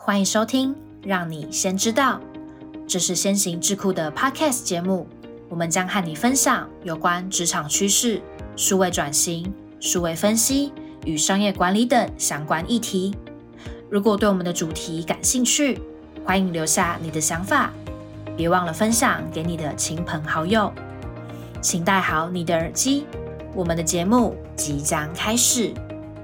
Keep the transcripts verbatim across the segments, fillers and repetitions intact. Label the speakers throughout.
Speaker 1: 欢迎收听，让你先知道。这是先行智库的 Podcast 节目，我们将和你分享有关职场趋势、数位转型、数位分析与商业管理等相关议题。如果对我们的主题感兴趣，欢迎留下你的想法，别忘了分享给你的亲朋好友。请戴好你的耳机，我们的节目即将开始。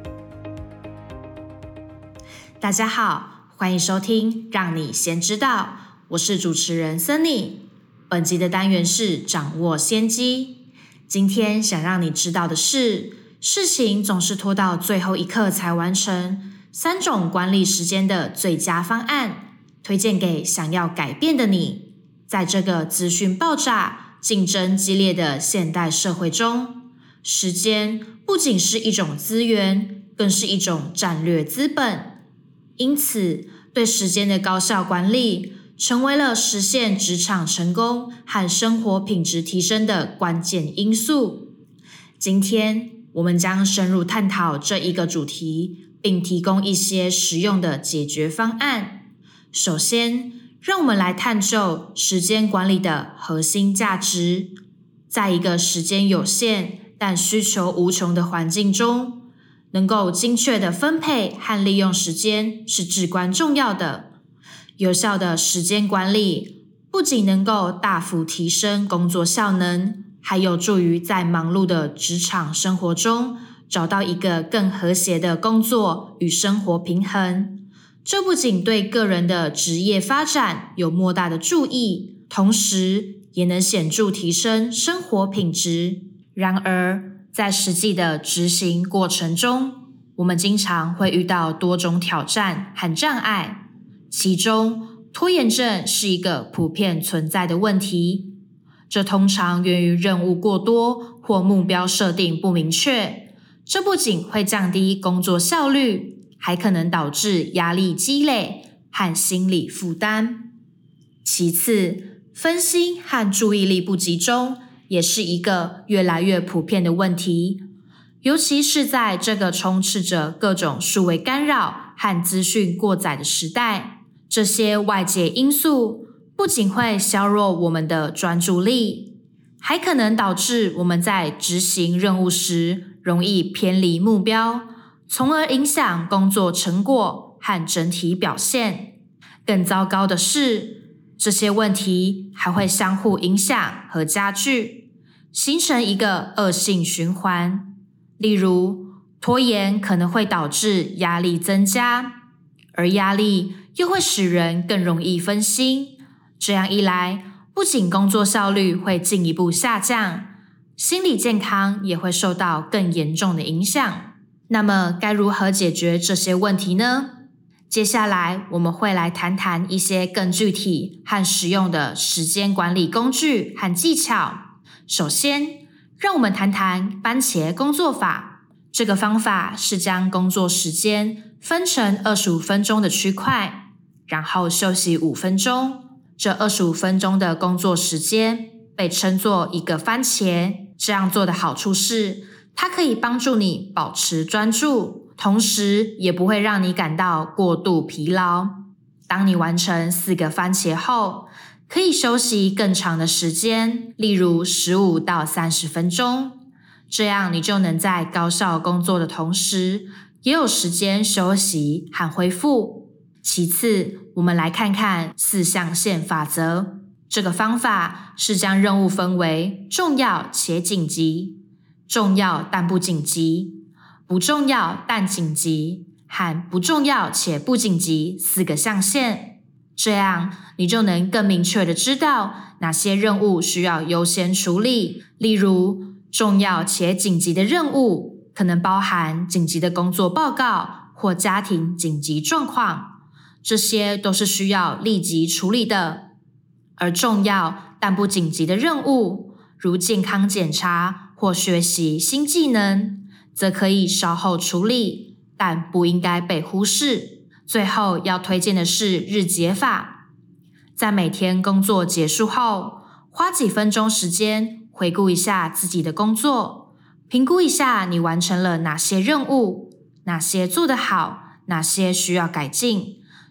Speaker 1: 大家好，欢迎收听让你先知道，我是主持人 Sunny。 本集的单元是掌握先机。今天想让你知道的是，事情总是拖到最后一刻才完成，三种管理时间的最佳方案，推荐给想要改变的你。在这个资讯爆炸、竞争激烈的现代社会中，时间不仅是一种资源，更是一种战略资本。因此，对时间的高效管理成为了实现职场成功和生活品质提升的关键因素。今天，我们将深入探讨这一个主题，并提供一些实用的解决方案。首先，让我们来探究时间管理的核心价值。在一个时间有限但需求无穷的环境中，能够精确的分配和利用时间是至关重要的。有效的时间管理不仅能够大幅提升工作效能，还有助于在忙碌的职场生活中找到一个更和谐的工作与生活平衡。这不仅对个人的职业发展有莫大的助益，同时也能显著提升生活品质。然而，在实际的执行过程中，我们经常会遇到多种挑战和障碍，其中拖延症是一个普遍存在的问题。这通常源于任务过多或目标设定不明确，这不仅会降低工作效率，还可能导致压力积累和心理负担。其次，分心和注意力不集中也是一个越来越普遍的问题，尤其是在这个充斥着各种数位干扰和资讯过载的时代。这些外界因素不仅会削弱我们的专注力，还可能导致我们在执行任务时容易偏离目标，从而影响工作成果和整体表现。更糟糕的是，这些问题还会相互影响和加剧，形成一个恶性循环。例如，拖延可能会导致压力增加，而压力又会使人更容易分心。这样一来，不仅工作效率会进一步下降，心理健康也会受到更严重的影响。那么，该如何解决这些问题呢？接下来，我们会来谈谈一些更具体和实用的时间管理工具和技巧。首先，让我们谈谈番茄工作法。这个方法是将工作时间分成二十五分钟的区块，然后休息五分钟。这二十五分钟的工作时间被称作一个番茄。这样做的好处是，它可以帮助你保持专注，同时也不会让你感到过度疲劳。当你完成四个番茄后，可以休息更长的时间，例如十五到三十分钟。这样你就能在高效工作的同时，也有时间休息和恢复。其次，我们来看看四象限法则。这个方法是将任务分为重要且紧急、重要但不紧急、不重要但紧急和不重要且不紧急四个象限。这样你就能更明确地知道哪些任务需要优先处理。例如，重要且紧急的任务可能包含紧急的工作报告或家庭紧急状况，这些都是需要立即处理的。而重要但不紧急的任务，如健康检查或学习新技能，则可以稍后处理，但不应该被忽视。最后要推荐的是日结法。在每天工作结束后，花几分钟时间回顾一下自己的工作，评估一下你完成了哪些任务，哪些做得好，哪些需要改进。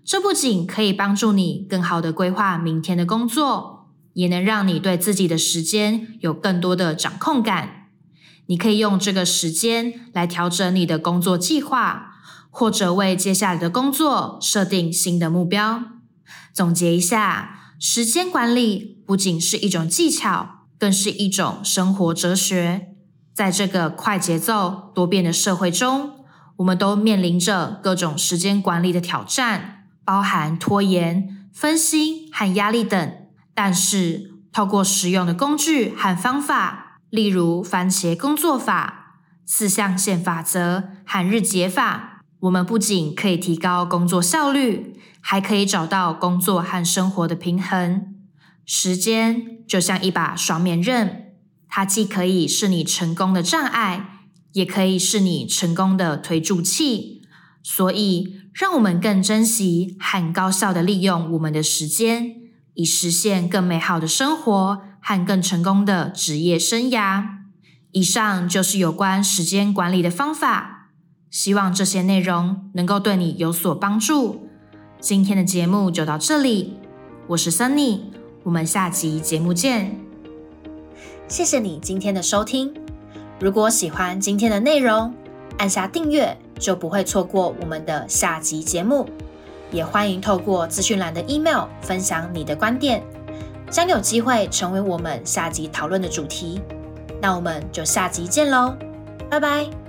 Speaker 1: 这不仅可以帮助你更好地规划明天的工作，也能让你对自己的时间有更多的掌控感。你可以用这个时间来调整你的工作计划，或者为接下来的工作设定新的目标。总结一下，时间管理不仅是一种技巧，更是一种生活哲学。在这个快节奏、多变的社会中，我们都面临着各种时间管理的挑战，包含拖延、分心和压力等。但是，透过实用的工具和方法，例如番茄工作法、四象限法则和日结法，我们不仅可以提高工作效率，还可以找到工作和生活的平衡。时间就像一把双面刃，它既可以是你成功的障碍，也可以是你成功的推助器。所以，让我们更珍惜和高效地利用我们的时间，以实现更美好的生活和更成功的职业生涯。以上就是有关时间管理的方法，希望这些内容能够对你有所帮助。今天的节目就到这里，我是 Sunny， 我们下集节目见。谢谢你今天的收听，如果喜欢今天的内容，按下订阅就不会错过我们的下集节目。也欢迎透过资讯栏的 email 分享你的观点，将有机会成为我们下集讨论的主题。那我们就下集见咯，拜拜。